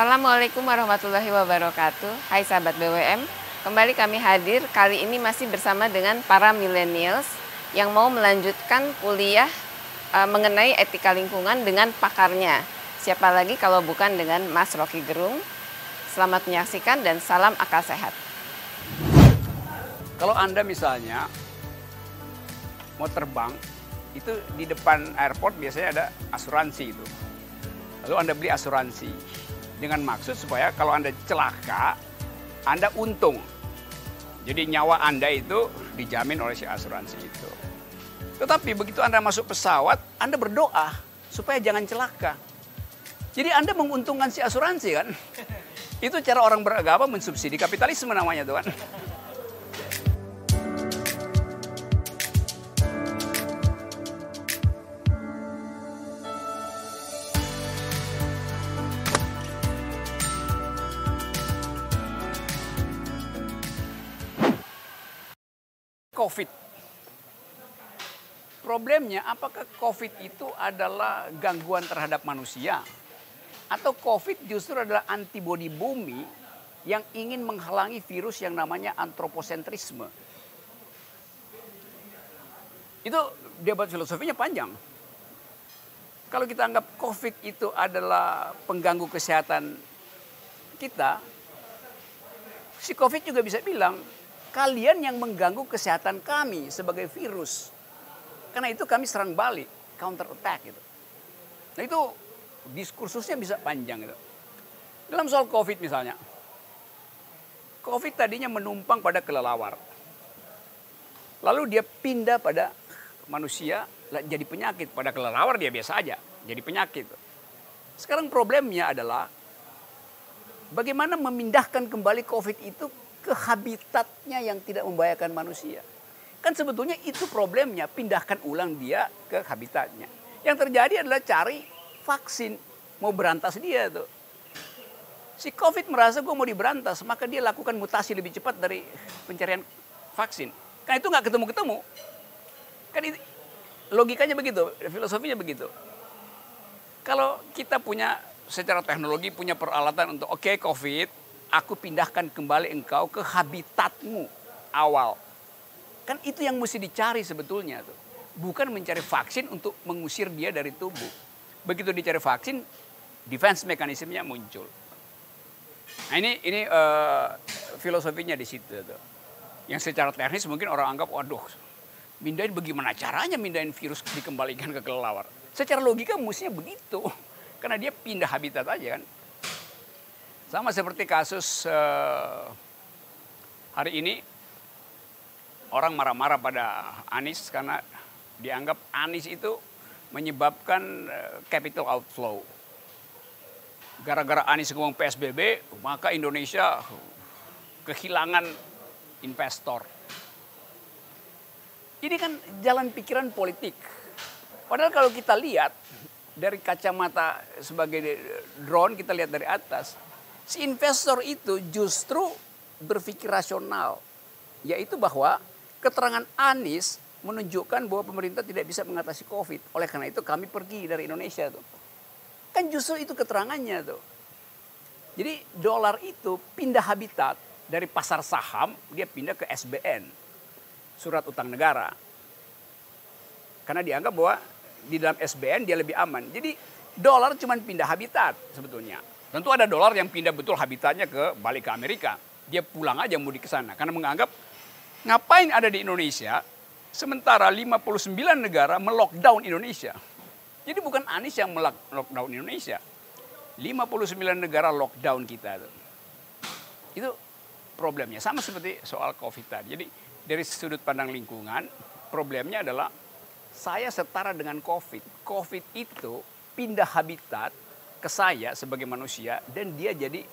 Assalamualaikum warahmatullahi wabarakatuh. Hai sahabat BWM, kembali kami hadir. Kali ini masih bersama dengan para millennials yang mau melanjutkan kuliah mengenai etika lingkungan dengan pakarnya. Siapa lagi kalau bukan dengan Mas Rocky Gerung. Selamat menyaksikan dan salam akal sehat. Kalau Anda misalnya mau terbang, itu di depan airport biasanya ada asuransi itu. Lalu Anda beli asuransi dengan maksud supaya kalau Anda celaka, Anda untung. Jadi nyawa Anda itu dijamin oleh si asuransi itu. Tetapi begitu Anda masuk pesawat, Anda berdoa supaya jangan celaka. Jadi Anda menguntungkan si asuransi kan? Itu cara orang beragama mensubsidi kapitalisme namanya tuh kan. COVID. Problemnya apakah COVID itu adalah gangguan terhadap manusia? Atau COVID justru adalah antibodi bumi yang ingin menghalangi virus yang namanya antroposentrisme? Itu debat filosofinya panjang. Kalau kita anggap COVID itu adalah pengganggu kesehatan kita, si COVID juga bisa bilang, kalian yang mengganggu kesehatan kami sebagai virus. Karena itu kami serang balik, counter attack gitu. Nah itu diskursusnya bisa panjang gitu. Dalam soal COVID misalnya. COVID tadinya menumpang pada kelelawar. Lalu dia pindah pada manusia jadi penyakit. Pada kelelawar dia biasa aja, jadi penyakit. Sekarang problemnya adalah bagaimana memindahkan kembali COVID itu ke habitatnya yang tidak membahayakan manusia. Kan sebetulnya itu problemnya, pindahkan ulang dia ke habitatnya. Yang terjadi adalah cari vaksin, mau berantas dia tuh. Si COVID merasa gue mau diberantas, maka dia lakukan mutasi lebih cepat dari pencarian vaksin. Kan itu nggak ketemu-ketemu. Kan itu, logikanya begitu, filosofinya begitu. Kalau kita punya secara teknologi punya peralatan untuk oke, COVID, aku pindahkan kembali engkau ke habitatmu awal. Kan itu yang mesti dicari sebetulnya tuh. Bukan mencari vaksin untuk mengusir dia dari tubuh. Begitu dicari vaksin, defense mekanismenya muncul. Nah ini filosofinya di situ tuh. Yang secara teknis mungkin orang anggap, waduh, mindahin bagaimana caranya mindahin virus dikembalikan ke kelelawar. Secara logika mestinya begitu. Karena dia pindah habitat aja kan. Sama seperti kasus hari ini orang marah-marah pada Anies karena dianggap Anies itu menyebabkan capital outflow. Gara-gara Anies ngomong PSBB, maka Indonesia kehilangan investor. Ini kan jalan pikiran politik. Padahal kalau kita lihat dari kacamata sebagai drone, kita lihat dari atas, si investor itu justru berpikir rasional, yaitu bahwa keterangan Anies menunjukkan bahwa pemerintah tidak bisa mengatasi COVID. Oleh karena itu kami pergi dari Indonesia tuh. Kan justru itu keterangannya tuh. Jadi dolar itu pindah habitat dari pasar saham, dia pindah ke SBN, surat utang negara. Karena dianggap bahwa di dalam SBN dia lebih aman. Jadi dolar cuma pindah habitat sebetulnya. Tentu ada dolar yang pindah betul habitatnya balik ke Amerika. Dia pulang aja mudik ke sana. Karena menganggap ngapain ada di Indonesia sementara 59 negara melockdown Indonesia. Jadi bukan Anies yang melockdown Indonesia. 59 negara lockdown kita. Itu problemnya. Sama seperti soal COVID tadi. Jadi dari sudut pandang lingkungan, problemnya adalah saya setara dengan COVID. COVID itu pindah habitat ke saya sebagai manusia dan dia jadi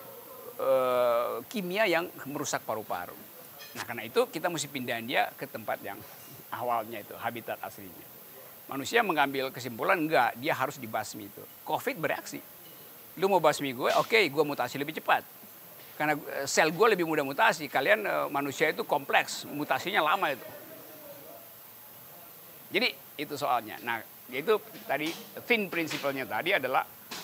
kimia yang merusak paru-paru. Nah karena itu kita mesti pindahin dia ke tempat yang awalnya itu, habitat aslinya. Manusia mengambil kesimpulan enggak, dia harus dibasmi itu. COVID bereaksi. Lu mau basmi gue, oke, gue mutasi lebih cepat. Karena sel gue lebih mudah mutasi. Kalian manusia itu kompleks, mutasinya lama itu. Jadi itu soalnya. Nah itu tadi thin principle-nya tadi adalah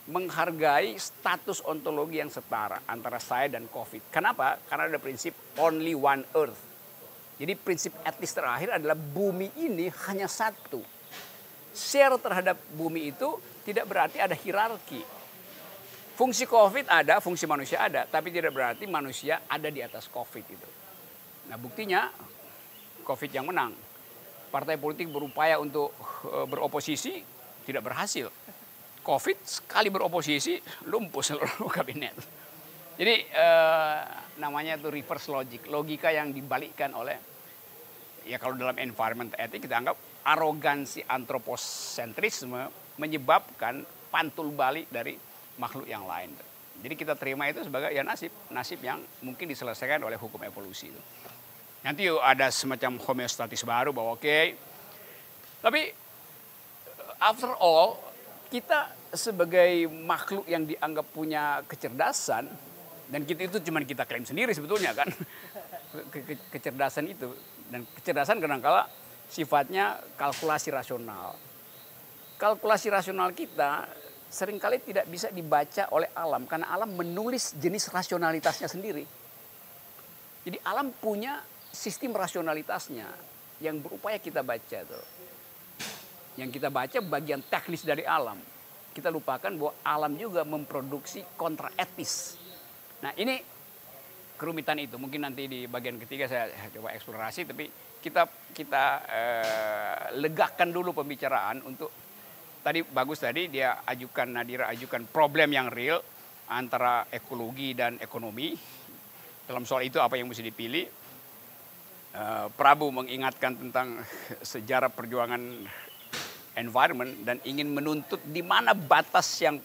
menghargai status ontologi yang setara antara saya dan COVID. Kenapa? Karena ada prinsip only one earth. Jadi prinsip etis terakhir adalah bumi ini hanya satu. Share terhadap bumi itu tidak berarti ada hierarki. Fungsi COVID ada, fungsi manusia ada, tapi tidak berarti manusia ada di atas COVID itu. Nah buktinya COVID yang menang. Partai politik berupaya untuk beroposisi, tidak berhasil. COVID sekali beroposisi, lumpuh seluruh kabinet. Jadi namanya itu reverse logic, logika yang dibalikkan oleh, ya kalau dalam environment etik kita anggap arogansi antroposentrisme menyebabkan pantul balik dari makhluk yang lain. Jadi kita terima itu sebagai ya nasib yang mungkin diselesaikan oleh hukum evolusi itu. Nanti ada semacam homeostatis baru bahwa oke. Tapi after all kita sebagai makhluk yang dianggap punya kecerdasan, dan kita itu cuma kita klaim sendiri sebetulnya kan kecerdasan itu, dan kecerdasan kadang-kala sifatnya kalkulasi rasional. Kalkulasi rasional kita seringkali tidak bisa dibaca oleh alam karena alam menulis jenis rasionalitasnya sendiri. Jadi alam punya sistem rasionalitasnya yang berupaya kita baca tuh. Yang kita baca bagian teknis dari alam. Kita lupakan bahwa alam juga memproduksi kontra etis. Nah ini kerumitan itu. Mungkin nanti di bagian ketiga saya coba eksplorasi. Tapi kita legakan dulu pembicaraan untuk tadi bagus tadi dia Nadira ajukan problem yang real antara ekologi dan ekonomi. Dalam soal itu apa yang mesti dipilih? Prabu mengingatkan tentang sejarah perjuangan environment dan ingin menuntut di mana batas yang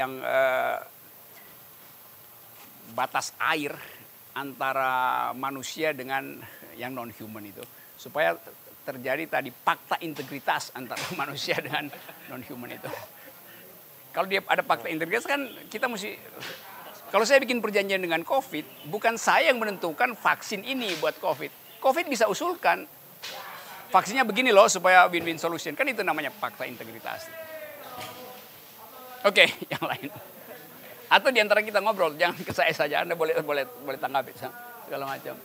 batas air antara manusia dengan yang non human itu supaya terjadi tadi fakta integritas antara manusia dengan non human itu. Kalau dia ada fakta integritas kan kita mesti, kalau saya bikin perjanjian dengan COVID, bukan saya yang menentukan vaksin ini buat COVID. COVID bisa usulkan vaksinnya begini loh supaya win-win solution. Kan itu namanya fakta integritas. Oke, yang lain. Atau diantara kita ngobrol, jangan ke saya saja. Anda boleh tanggapi segala macam.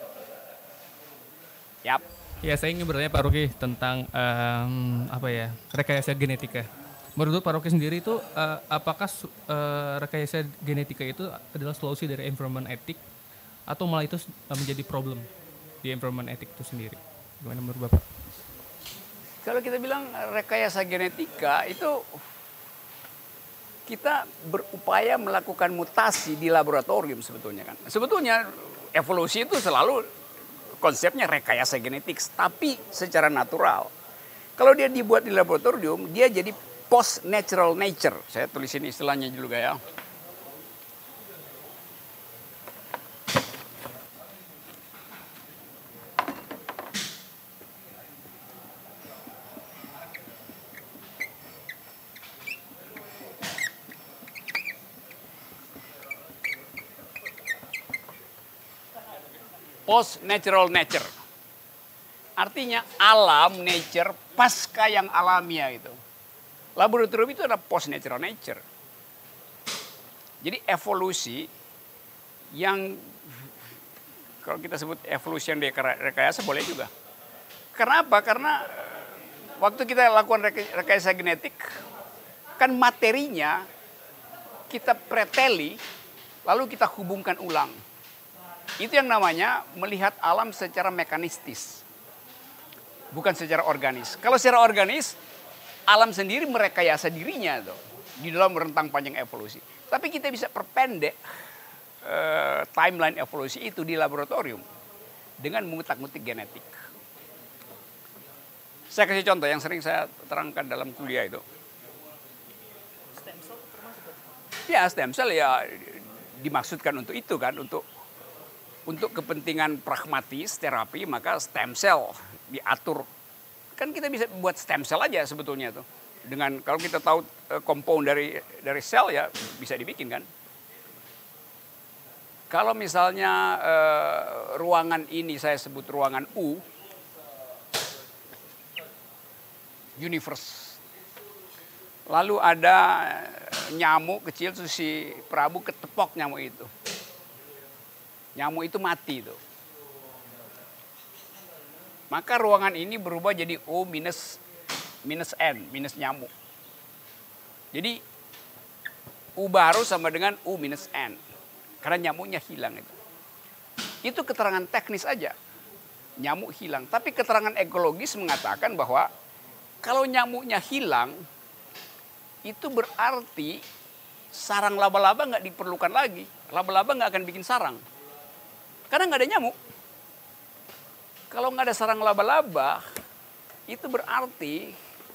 Yap. Ya, saya ingin bertanya Pak Ruki tentang rekayasa genetika. Menurut Pak Ruki sendiri itu apakah rekayasa genetika itu adalah solusi dari environment etik atau malah itu menjadi problem di environment etik itu sendiri? Gimana menurut Bapak? Kalau kita bilang rekayasa genetika itu kita berupaya melakukan mutasi di laboratorium sebetulnya kan. Sebetulnya evolusi itu selalu konsepnya rekayasa genetik, tapi secara natural. Kalau dia dibuat di laboratorium, dia jadi post natural nature. Saya tulisin istilahnya dulu ya. Post natural nature. Artinya alam nature pasca yang alamiah itu. Laboratorium itu adalah post natural nature. Jadi evolusi yang kalau kita sebut evolusi yang rekayasa boleh juga. Kenapa? Karena waktu kita lakukan rekayasa genetik kan materinya kita preteli lalu kita hubungkan ulang. Itu yang namanya melihat alam secara mekanistis. Bukan secara organis. Kalau secara organis, alam sendiri merekayasa dirinya tuh, di dalam rentang panjang evolusi. Tapi kita bisa perpendek timeline evolusi itu di laboratorium dengan mengutak-ngutik genetik. Saya kasih contoh yang sering saya terangkan dalam kuliah itu. Stem cell termasuk? Ya, stem cell ya dimaksudkan untuk itu kan, untuk kepentingan pragmatis terapi, maka stem cell diatur. Kan kita bisa buat stem cell aja sebetulnya tuh. Dengan kalau kita tahu compound dari sel ya bisa dibikin kan. Kalau misalnya ruangan ini saya sebut ruangan U, universe. Lalu ada nyamuk kecil, terus si Prabu ketepok nyamuk itu. Nyamuk itu mati tuh. Maka ruangan ini berubah jadi O minus N, minus nyamuk. Jadi U baru sama dengan U minus N. Karena nyamuknya hilang itu. Itu keterangan teknis aja. Nyamuk hilang. Tapi keterangan ekologis mengatakan bahwa kalau nyamuknya hilang, itu berarti sarang laba-laba nggak diperlukan lagi. Laba-laba nggak akan bikin sarang. Karena nggak ada nyamuk. Kalau nggak ada sarang laba-laba, itu berarti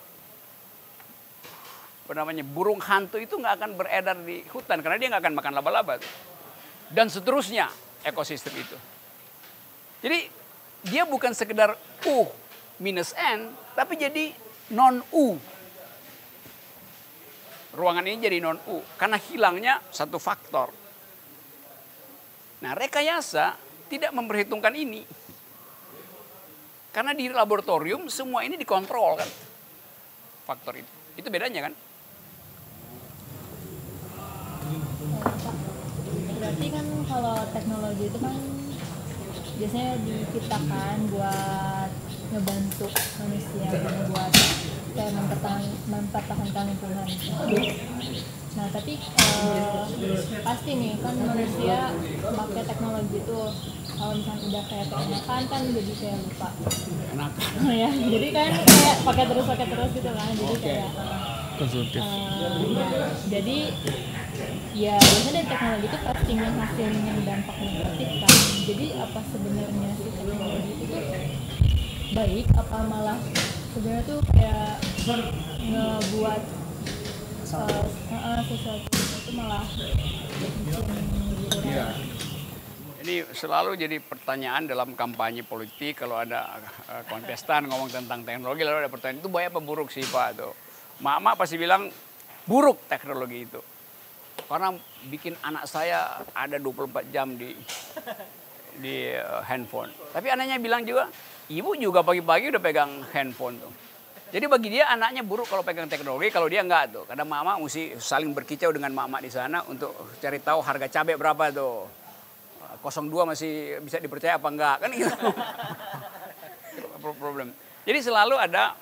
burung hantu itu nggak akan beredar di hutan karena dia nggak akan makan laba-laba. Dan seterusnya ekosistem itu. Jadi dia bukan sekedar U minus N, tapi jadi non-U. Ruangan ini jadi non-U karena hilangnya satu faktor. Nah, rekayasa tidak memperhitungkan ini. Karena di laboratorium semua ini dikontrol kan. Faktor itu. Itu bedanya kan. Berarti kan kalau teknologi itu kan biasanya diciptakan buat ngebantu manusia, buat kayak mempertahankan lingkungan. Nah tapi pasti nih kan manusia pakai teknologi itu kalau misalnya udah kayak kenakan kan jadi kayak lupa. Ya, jadi kan kayak pakai terus gitu kan. Jadi kayak konsumtif. Jadi ya biasanya dari teknologi itu pasti menghasilkan dampak negatif kan. Jadi apa sebenarnya si teknologi itu tuh baik apa malah sebenarnya tuh kayak ngebuat sesuatu itu malah Ya. Ini selalu jadi pertanyaan dalam kampanye politik kalau ada kontestan ngomong tentang teknologi lalu ada pertanyaan itu baik apa buruk sih Pak tuh. Mak pasti bilang buruk teknologi itu. Karena bikin anak saya ada 24 jam di handphone. Tapi anaknya bilang juga, ibu juga pagi-pagi udah pegang handphone tuh. Jadi bagi dia anaknya buruk kalau pegang teknologi, kalau dia enggak tuh. Karena mama mesti saling berkicau dengan mama di sana untuk cari tahu harga cabai berapa tuh. 02 masih bisa dipercaya apa enggak kan gitu. Problem. Jadi selalu ada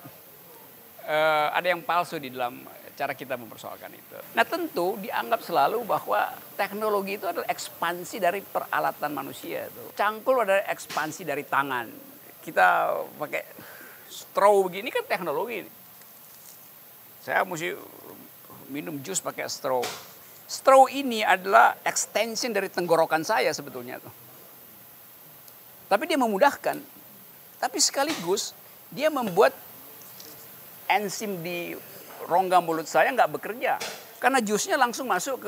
yang palsu di dalam cara kita mempersoalkan itu. Nah tentu dianggap selalu bahwa teknologi itu adalah ekspansi dari peralatan manusia. Tuh. Cangkul adalah ekspansi dari tangan. Kita pakai straw begini kan teknologi. Saya mesti minum jus pakai straw. Straw ini adalah extension dari tenggorokan saya sebetulnya. Tuh. Tapi dia memudahkan. Tapi sekaligus dia membuat enzim di rongga mulut saya nggak bekerja karena jusnya langsung masuk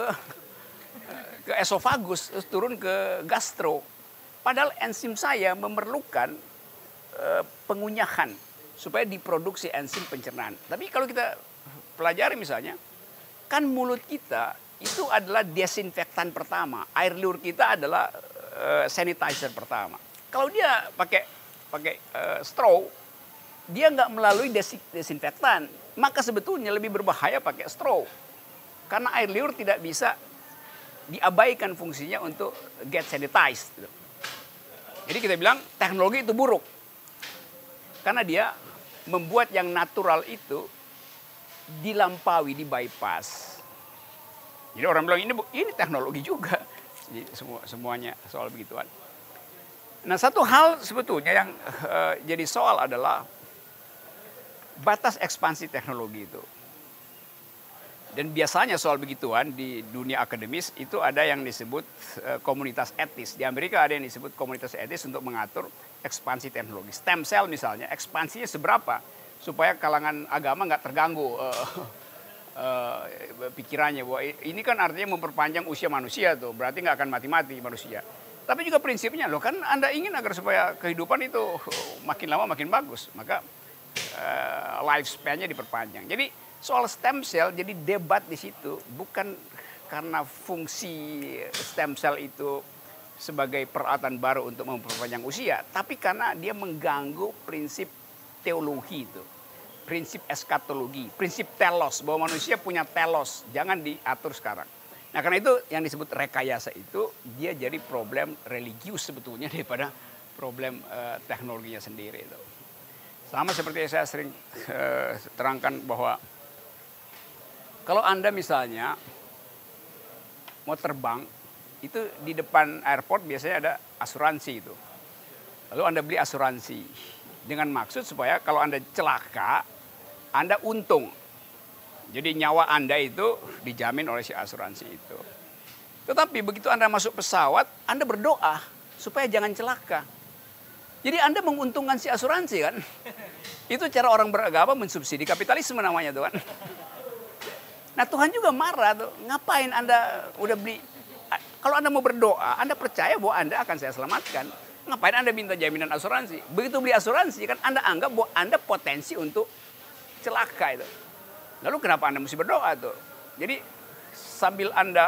ke esofagus terus turun ke gastro. Padahal enzim saya memerlukan pengunyahan supaya diproduksi enzim pencernaan. Tapi kalau kita pelajari misalnya, kan mulut kita itu adalah desinfektan pertama, air liur kita adalah sanitizer pertama. Kalau dia pakai straw, dia nggak melalui desinfektan. Maka sebetulnya lebih berbahaya pakai straw. Karena air liur tidak bisa diabaikan fungsinya untuk get sanitized. Jadi kita bilang teknologi itu buruk. Karena dia membuat yang natural itu dilampaui, di bypass. Jadi orang bilang ini teknologi juga. Jadi semuanya soal begituan. Nah satu hal sebetulnya yang jadi soal adalah batas ekspansi teknologi itu. Dan biasanya soal begituan di dunia akademis itu ada yang disebut komunitas etis. Di Amerika ada yang disebut komunitas etis untuk mengatur ekspansi teknologi. Stem cell misalnya, ekspansinya seberapa supaya kalangan agama nggak terganggu pikirannya. Bahwa ini kan artinya memperpanjang usia manusia tuh, berarti nggak akan mati-mati manusia. Tapi juga prinsipnya loh kan Anda ingin agar supaya kehidupan itu makin lama makin bagus. Maka lifespan-nya diperpanjang. Jadi soal stem cell jadi debat di situ bukan karena fungsi stem cell itu sebagai peralatan baru untuk memperpanjang usia, tapi karena dia mengganggu prinsip teologi itu. prinsip eskatologi, prinsip telos, bahwa manusia punya telos, jangan diatur sekarang. Nah karena itu yang disebut rekayasa itu, dia jadi problem religius sebetulnya daripada problem teknologinya sendiri itu. Sama seperti yang saya sering terangkan bahwa kalau Anda misalnya mau terbang, itu di depan airport biasanya ada asuransi itu. Lalu Anda beli asuransi dengan maksud supaya kalau Anda celaka, Anda untung. Jadi nyawa Anda itu dijamin oleh si asuransi itu. Tetapi begitu Anda masuk pesawat, Anda berdoa supaya jangan celaka. Jadi Anda menguntungkan si asuransi kan. Itu cara orang beragama mensubsidi kapitalisme namanya tuh kan. Nah Tuhan juga marah tuh. Ngapain Anda udah beli. Kalau Anda mau berdoa, Anda percaya bahwa Anda akan saya selamatkan. Ngapain Anda minta jaminan asuransi? Begitu beli asuransi kan Anda anggap bahwa Anda potensi untuk celaka itu. Lalu kenapa Anda mesti berdoa tuh? Jadi sambil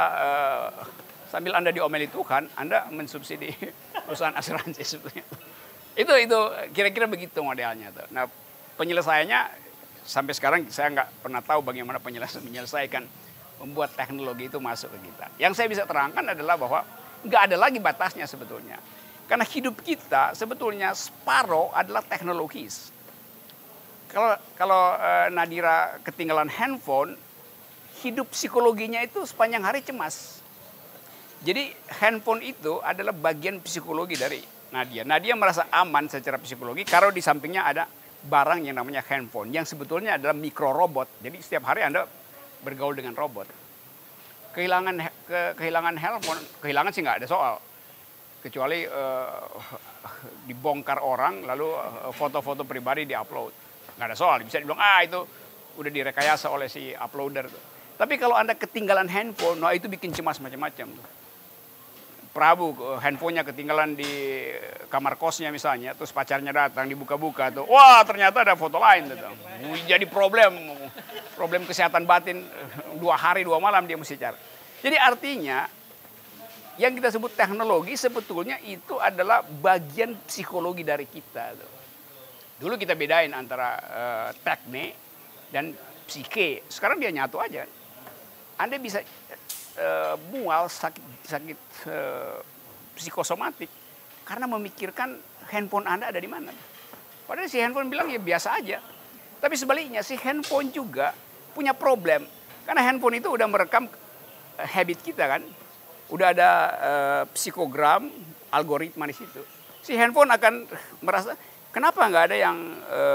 Anda diomeli Tuhan, Anda mensubsidi perusahaan asuransi sebetulnya. Itu kira-kira begitu modelnya tuh. Nah penyelesaiannya sampai sekarang saya nggak pernah tahu bagaimana menyelesaikan membuat teknologi itu masuk ke kita. Yang saya bisa terangkan adalah bahwa nggak ada lagi batasnya sebetulnya. Karena hidup kita sebetulnya separuh adalah teknologis. Kalau Nadira ketinggalan handphone, hidup psikologinya itu sepanjang hari cemas. Jadi handphone itu adalah bagian psikologi dari Nadia. Nadia merasa aman secara psikologi kalau di sampingnya ada barang yang namanya handphone. Yang sebetulnya adalah mikro robot. Jadi setiap hari Anda bergaul dengan robot. Kehilangan handphone, kehilangan sih nggak ada soal. Kecuali dibongkar orang lalu foto-foto pribadi diupload. Nggak ada soal, bisa dibilang itu udah direkayasa oleh si uploader. Tapi kalau Anda ketinggalan handphone, nah itu bikin cemas macam-macam. Prabu handphonenya ketinggalan di kamar kosnya misalnya, terus pacarnya datang dibuka-buka tuh, wah ternyata ada foto lain tuh. Jadi problem kesehatan batin 2 hari 2 malam dia mesti cari. Jadi artinya yang kita sebut teknologi sebetulnya itu adalah bagian psikologi dari kita tuh. Dulu kita bedain antara teknik dan psike. Sekarang dia nyatu aja. Anda bisa mual sakit psikosomatik karena memikirkan handphone Anda ada di mana. Padahal si handphone bilang ya biasa aja. Tapi sebaliknya si handphone juga punya problem. Karena handphone itu udah merekam habit kita kan. Udah ada psikogram, algoritma di situ. Si handphone akan merasa kenapa nggak ada yang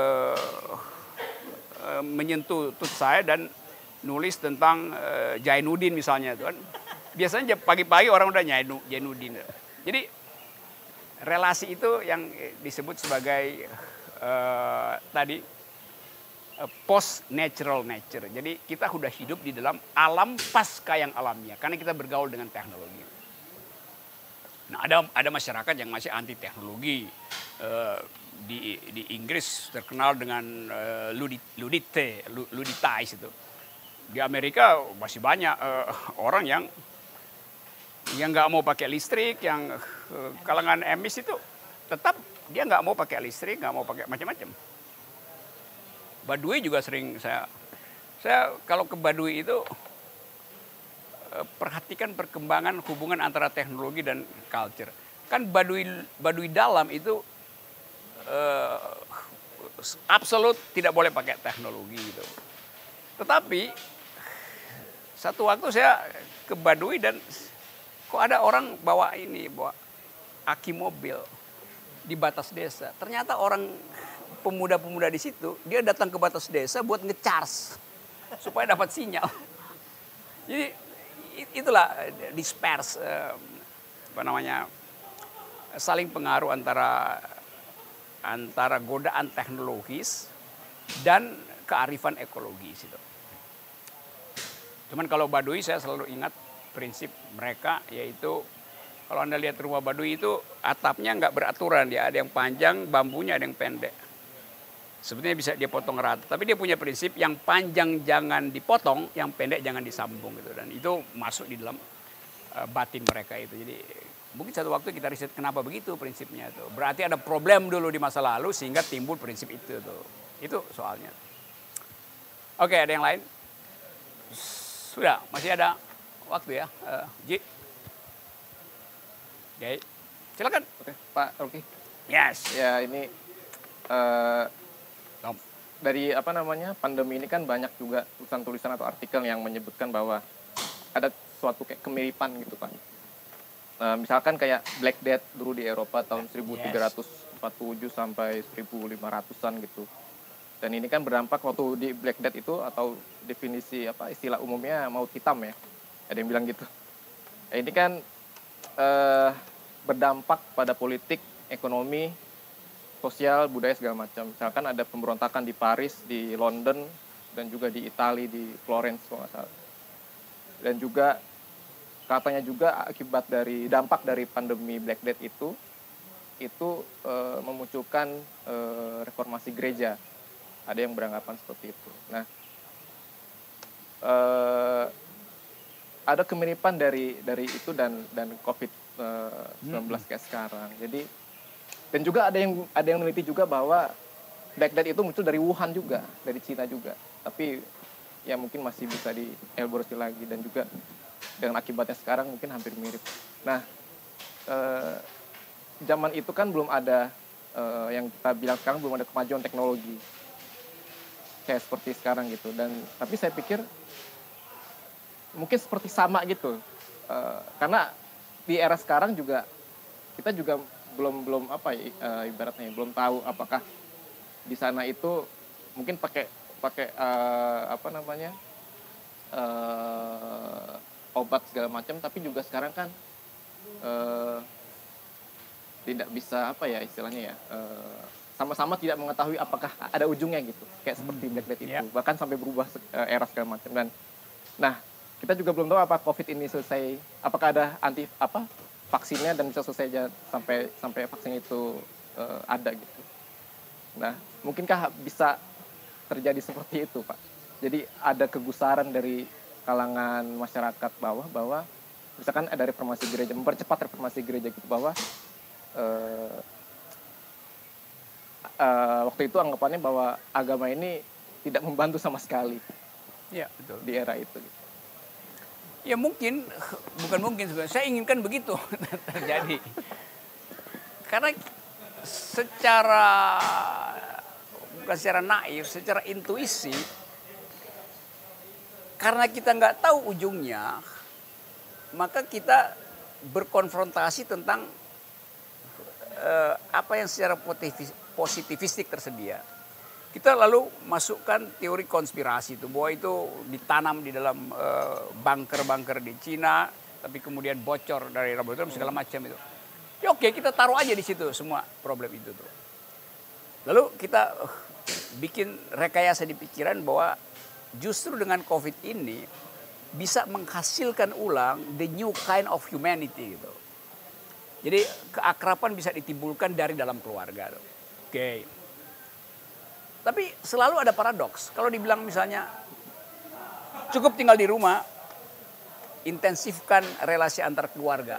menyentuh tut saya dan nulis tentang Jainuddin misalnya itu kan. Biasanya pagi-pagi orang udah Jainuddin. Jadi relasi itu yang disebut sebagai tadi post natural nature. Jadi kita sudah hidup di dalam alam pasca yang alamiah karena kita bergaul dengan teknologi. Nah ada masyarakat yang masih anti teknologi. Di Inggris terkenal dengan Luddites itu. Di Amerika masih banyak orang yang nggak mau pakai listrik, yang kalangan emis itu tetap dia nggak mau pakai listrik, nggak mau pakai macam-macam. Baduy juga sering saya kalau ke Baduy itu perhatikan perkembangan hubungan antara teknologi dan culture. Kan Baduy dalam itu absolut tidak boleh pakai teknologi gitu. Tetapi satu waktu saya ke Baduy dan kok ada orang bawa aki mobil di batas desa. Ternyata orang pemuda-pemuda di situ dia datang ke batas desa buat ngecharge supaya dapat sinyal. Jadi itulah disperse saling pengaruh antara godaan teknologis dan kearifan ekologis itu. Cuman kalau Baduy saya selalu ingat prinsip mereka yaitu kalau Anda lihat rumah Baduy itu atapnya nggak beraturan, dia ada yang panjang, bambunya ada yang pendek. Sebetulnya bisa dia potong rata, tapi dia punya prinsip yang panjang jangan dipotong, yang pendek jangan disambung gitu, dan itu masuk di dalam batin mereka itu. Jadi mungkin satu waktu kita riset kenapa begitu prinsipnya itu. Berarti ada problem dulu di masa lalu sehingga timbul prinsip itu tuh. Itu soalnya. Oke, ada yang lain? Sudah, masih ada waktu ya, Ji. Oke, silakan. Oke, Pak Rocky. Yes. Ya ini eh, dari apa namanya pandemi ini kan banyak juga tulisan-tulisan atau artikel yang menyebutkan bahwa ada suatu kayak kemiripan gitu Pak. Misalkan kayak Black Death dulu di Eropa tahun 1347 sampai 1500-an gitu. Dan ini kan berdampak waktu di Black Death itu atau definisi apa istilah umumnya maut hitam ya. Ada yang bilang gitu. Ya, ini kan berdampak pada politik, ekonomi, sosial, budaya segala macam. Misalkan ada pemberontakan di Paris, di London, dan juga di Italia, di Florence kalau nggak salah. Dan juga katanya juga akibat dari dampak dari pandemi Black Death itu memunculkan reformasi gereja. Ada yang beranggapan seperti itu. Nah, ada kemiripan dari itu dan COVID-19 kayak sekarang. Jadi dan juga ada yang meneliti juga bahwa Black Death itu muncul dari Wuhan juga, dari Cina juga. Tapi ya mungkin masih bisa dielaborasi lagi dan juga dengan akibatnya sekarang mungkin hampir mirip. Nah, zaman itu kan belum ada yang kita bilang sekarang belum ada kemajuan teknologi kayak seperti sekarang gitu. Dan tapi saya pikir mungkin seperti sama gitu, karena di era sekarang juga kita juga belum apa ibaratnya belum tahu apakah di sana itu mungkin pakai apa namanya obat segala macam, tapi juga sekarang kan tidak bisa apa ya istilahnya ya sama-sama tidak mengetahui apakah ada ujungnya gitu kayak seperti Black Death itu bahkan sampai berubah era segala macam. Dan nah kita juga belum tahu apa COVID ini selesai, apakah ada vaksinnya dan bisa selesai sampai vaksin itu ada gitu. Nah, mungkinkah bisa terjadi seperti itu, Pak? Jadi ada kegusaran dari kalangan masyarakat bawah bahwa misalkan ada reformasi gereja, mempercepat reformasi gereja gitu, bahwa waktu itu anggapannya bahwa agama ini tidak membantu sama sekali. Ya, betul. Di era itu gitu. Ya mungkin, bukan mungkin sebenarnya, saya inginkan begitu terjadi. Karena bukan secara naif, secara intuisi, karena kita nggak tahu ujungnya, maka kita berkonfrontasi tentang apa yang secara positivistik tersedia. Kita lalu masukkan teori konspirasi itu, bahwa itu ditanam di dalam bunker-bunker di Cina, tapi kemudian bocor dari laboratorium segala macam itu. Ya oke, kita taruh aja di situ semua problem itu tuh. Lalu kita bikin rekayasa di pikiran bahwa justru dengan COVID ini bisa menghasilkan ulang the new kind of humanity gitu. Jadi keakraban bisa ditimbulkan dari dalam keluarga. Oke. Tapi selalu ada paradoks. Kalau dibilang misalnya cukup tinggal di rumah, intensifkan relasi antar keluarga.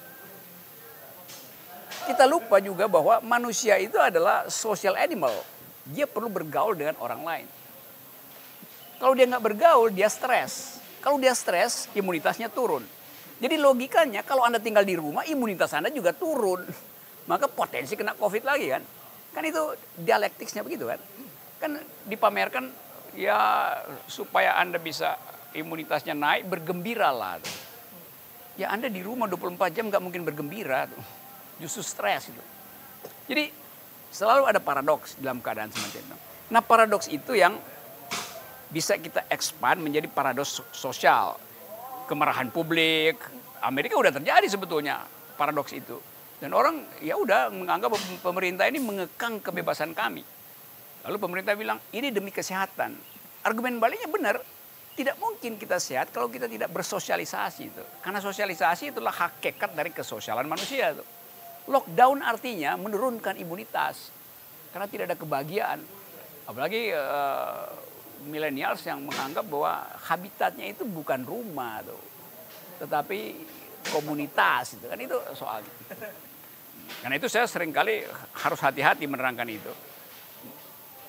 Kita lupa juga bahwa manusia itu adalah social animal. Dia perlu bergaul dengan orang lain. Kalau dia nggak bergaul, dia stres. Kalau dia stres, imunitasnya turun. Jadi logikanya kalau Anda tinggal di rumah, imunitas Anda juga turun. Maka potensi kena COVID lagi kan. Kan itu dialektiknya begitu kan. Kan dipamerkan ya supaya Anda bisa imunitasnya naik, bergembiralah. Ya Anda di rumah 24 jam nggak mungkin bergembira. Justru stres itu. Jadi selalu ada paradoks dalam keadaan semacam itu. Nah paradoks itu yang bisa kita expand menjadi paradoks sosial. Kemarahan publik, Amerika udah terjadi sebetulnya paradoks itu. Dan orang ya udah menganggap pemerintah ini mengekang kebebasan kami. Lalu pemerintah bilang ini demi kesehatan. Argumen baliknya benar, tidak mungkin kita sehat kalau kita tidak bersosialisasi itu. Karena sosialisasi itulah hakikat dari kesosialan manusia itu. Lockdown artinya menurunkan imunitas karena tidak ada kebahagiaan. Apalagi millennials yang menganggap bahwa habitatnya itu bukan rumah tuh, tetapi komunitas itu kan itu soalnya. Karena itu saya seringkali harus hati-hati menerangkan itu.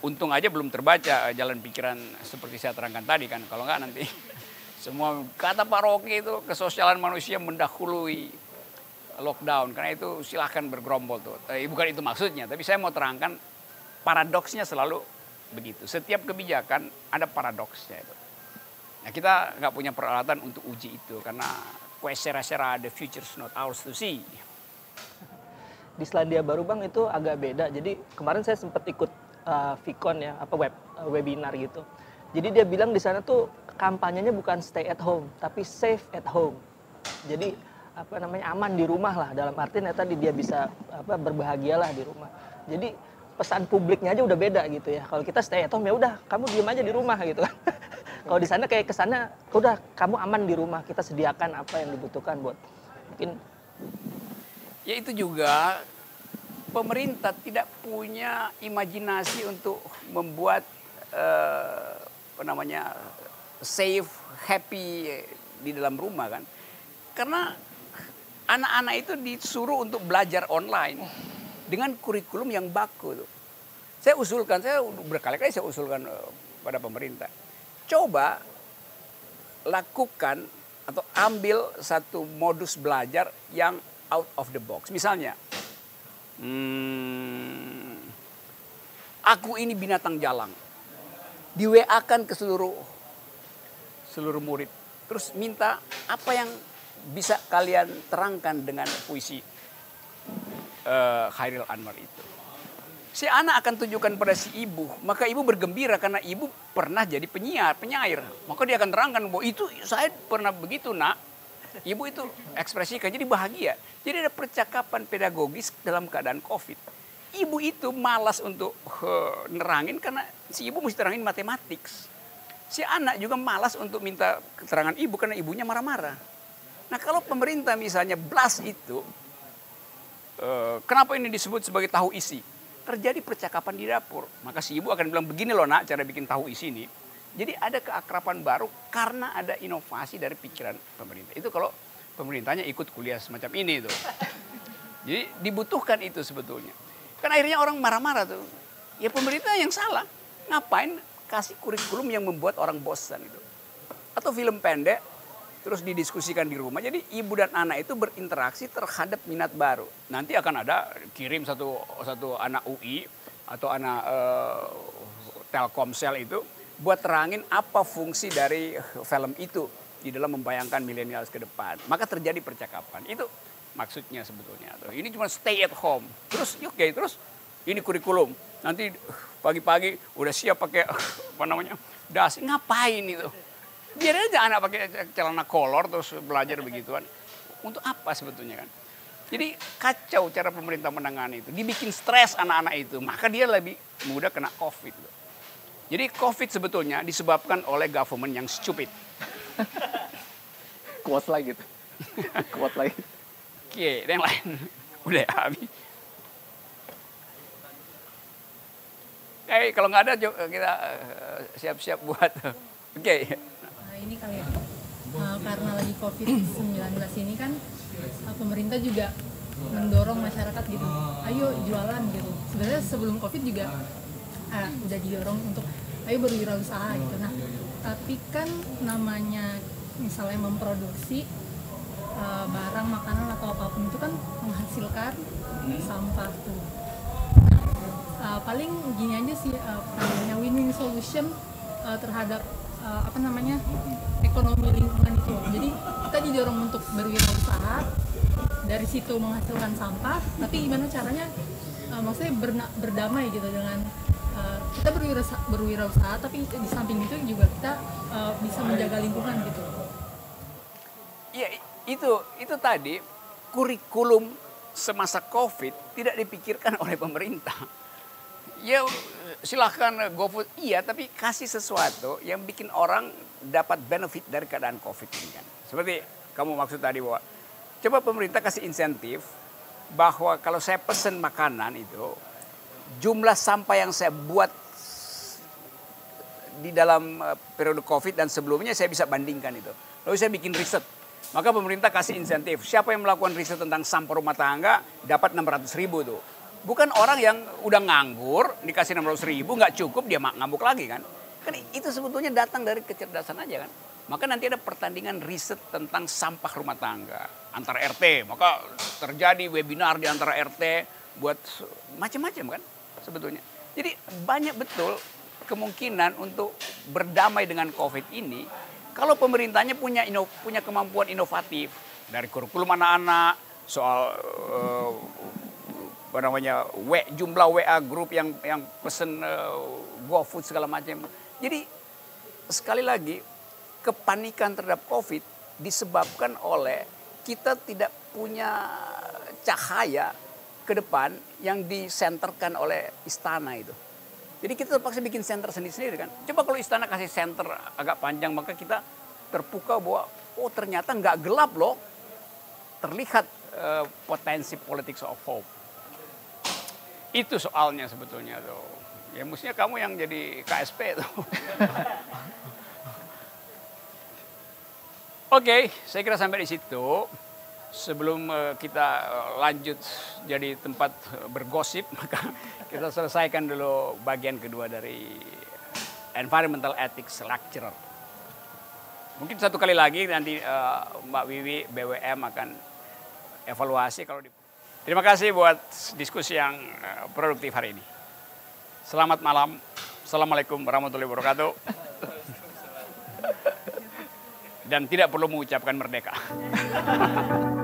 untung aja belum terbaca jalan pikiran seperti saya terangkan tadi kan. Kalau enggak nanti semua kata Pak Rocky itu kesosialan manusia mendahului lockdown. Karena itu silahkan bergerombol tuh. Bukan itu maksudnya, tapi saya mau terangkan paradoksnya selalu begitu. Setiap kebijakan ada paradoksnya itu. Nah, kita nggak punya peralatan untuk uji itu karena sera the future's not ours to see. Di Selandia Baru Bang itu agak beda. Jadi kemarin saya sempat ikut Vicon ya, webinar gitu. Jadi dia bilang di sana tuh kampanyenya bukan stay at home, tapi safe at home. Jadi aman di rumah lah, dalam artian tadi dia bisa berbahagialah di rumah. Jadi pesan publiknya aja udah beda gitu ya. Kalau kita stay at home ya udah kamu diem aja di rumah gitu kan. Kalau di sana kayak kesana udah kamu aman di rumah, kita sediakan apa yang dibutuhkan buat mungkin. Ya itu juga pemerintah tidak punya imajinasi untuk membuat safe, happy di dalam rumah kan. Karena anak-anak itu disuruh untuk belajar online dengan kurikulum yang baku. Saya berkali-kali saya usulkan pada pemerintah. Coba lakukan atau ambil satu modus belajar yang out of the box. Misalnya, aku ini binatang jalang. Di WA-kan ke seluruh murid. Terus minta apa yang bisa kalian terangkan dengan puisi Chairil Anwar itu. Si anak akan tunjukkan pada si ibu. Maka ibu bergembira karena ibu pernah jadi penyair. Maka dia akan terangkan bahwa itu saya pernah begitu nak. Ibu itu ekspresikan jadi bahagia. Jadi ada percakapan pedagogis dalam keadaan COVID. Ibu itu malas untuk nerangin karena si ibu mesti terangin matematik. Si anak juga malas untuk minta keterangan ibu karena ibunya marah-marah. Nah kalau pemerintah misalnya blast itu, kenapa ini disebut sebagai tahu isi? Terjadi percakapan di dapur. Maka si ibu akan bilang begini loh nak cara bikin tahu isi ini. Jadi ada keakraban baru karena ada inovasi dari pikiran pemerintah. Itu kalau pemerintahnya ikut kuliah semacam ini tuh. Jadi dibutuhkan itu sebetulnya. Kan akhirnya orang marah-marah tuh. Ya pemerintah yang salah. Ngapain kasih kurikulum yang membuat orang bosan itu. Atau film pendek terus didiskusikan di rumah. Jadi ibu dan anak itu berinteraksi terhadap minat baru. Nanti akan ada kirim satu anak UI atau anak Telkomsel itu buat terangin apa fungsi dari film itu di dalam membayangkan milenial ke depan. Maka terjadi percakapan. Itu maksudnya sebetulnya. Ini cuma stay at home. Terus terus ini kurikulum. Nanti pagi-pagi udah siap pakai dasi. Ngapain itu? Biar aja anak pakai celana kolor terus belajar begituan. Untuk apa sebetulnya kan? Jadi kacau cara pemerintah menangani itu. Dibikin stres anak-anak itu. Maka dia lebih mudah kena COVID. Jadi COVID sebetulnya disebabkan oleh government yang stupid. Kuat lagi gitu. Kuat lagi. Oke, yang lain. Udah habis. Kalau nggak ada kita siap-siap buat. Oke. Nah ini kali ya, karena lagi COVID-19 ini kan pemerintah juga mendorong masyarakat gitu, ayo jualan gitu. Sebenarnya sebelum COVID juga udah didorong untuk ayo berwirausaha gitu. Nah tapi kan namanya misalnya memproduksi barang makanan atau apapun itu kan menghasilkan sampah tuh. Paling gini aja sih namanya win-win solution terhadap ekonomi lingkungan itu. Jadi kita didorong untuk berwirausaha, dari situ menghasilkan sampah, tapi gimana caranya maksudnya berdamai gitu dengan kita berwirausaha, tapi di samping itu juga kita bisa menjaga lingkungan gitu. Iya, itu tadi kurikulum semasa COVID tidak dipikirkan oleh pemerintah. Ya silahkan GoFood, iya, tapi kasih sesuatu yang bikin orang dapat benefit dari keadaan COVID ini kan. Seperti kamu maksud tadi bahwa coba pemerintah kasih insentif bahwa kalau saya pesen makanan itu jumlah sampah yang saya buat di dalam periode COVID dan sebelumnya saya bisa bandingkan itu. Lalu saya bikin riset. Maka pemerintah kasih insentif. Siapa yang melakukan riset tentang sampah rumah tangga dapat 600.000 tuh. Bukan orang yang udah nganggur, dikasih 600.000, nggak cukup, dia ngambuk lagi kan. Kan itu sebetulnya datang dari kecerdasan aja kan. Maka nanti ada pertandingan riset tentang sampah rumah tangga antar RT. Maka terjadi webinar di antara RT buat macam-macam kan sebetulnya. Jadi banyak betul kemungkinan untuk berdamai dengan COVID ini kalau pemerintahnya punya kemampuan inovatif dari kurikulum anak-anak, soal jumlah WA grup yang pesen GoFood segala macam. Jadi sekali lagi kepanikan terhadap COVID disebabkan oleh kita tidak punya cahaya ke depan yang disenterkan oleh istana itu. Jadi kita terpaksa bikin center sendiri-sendiri kan. Coba kalau istana kasih center agak panjang, maka kita terpukau bahwa oh ternyata nggak gelap loh. Terlihat potensi politics of hope. Itu soalnya sebetulnya tuh. Ya mestinya kamu yang jadi KSP tuh. Oke, saya kira sampai di situ. Sebelum kita lanjut jadi tempat bergosip, maka kita selesaikan dulu bagian kedua dari Environmental Ethics Lecturer. Mungkin satu kali lagi nanti Mbak Wiwi BWM akan evaluasi kalau Terima kasih buat diskusi yang produktif hari ini. Selamat malam. Assalamualaikum warahmatullahi wabarakatuh. Dan tidak perlu mengucapkan merdeka.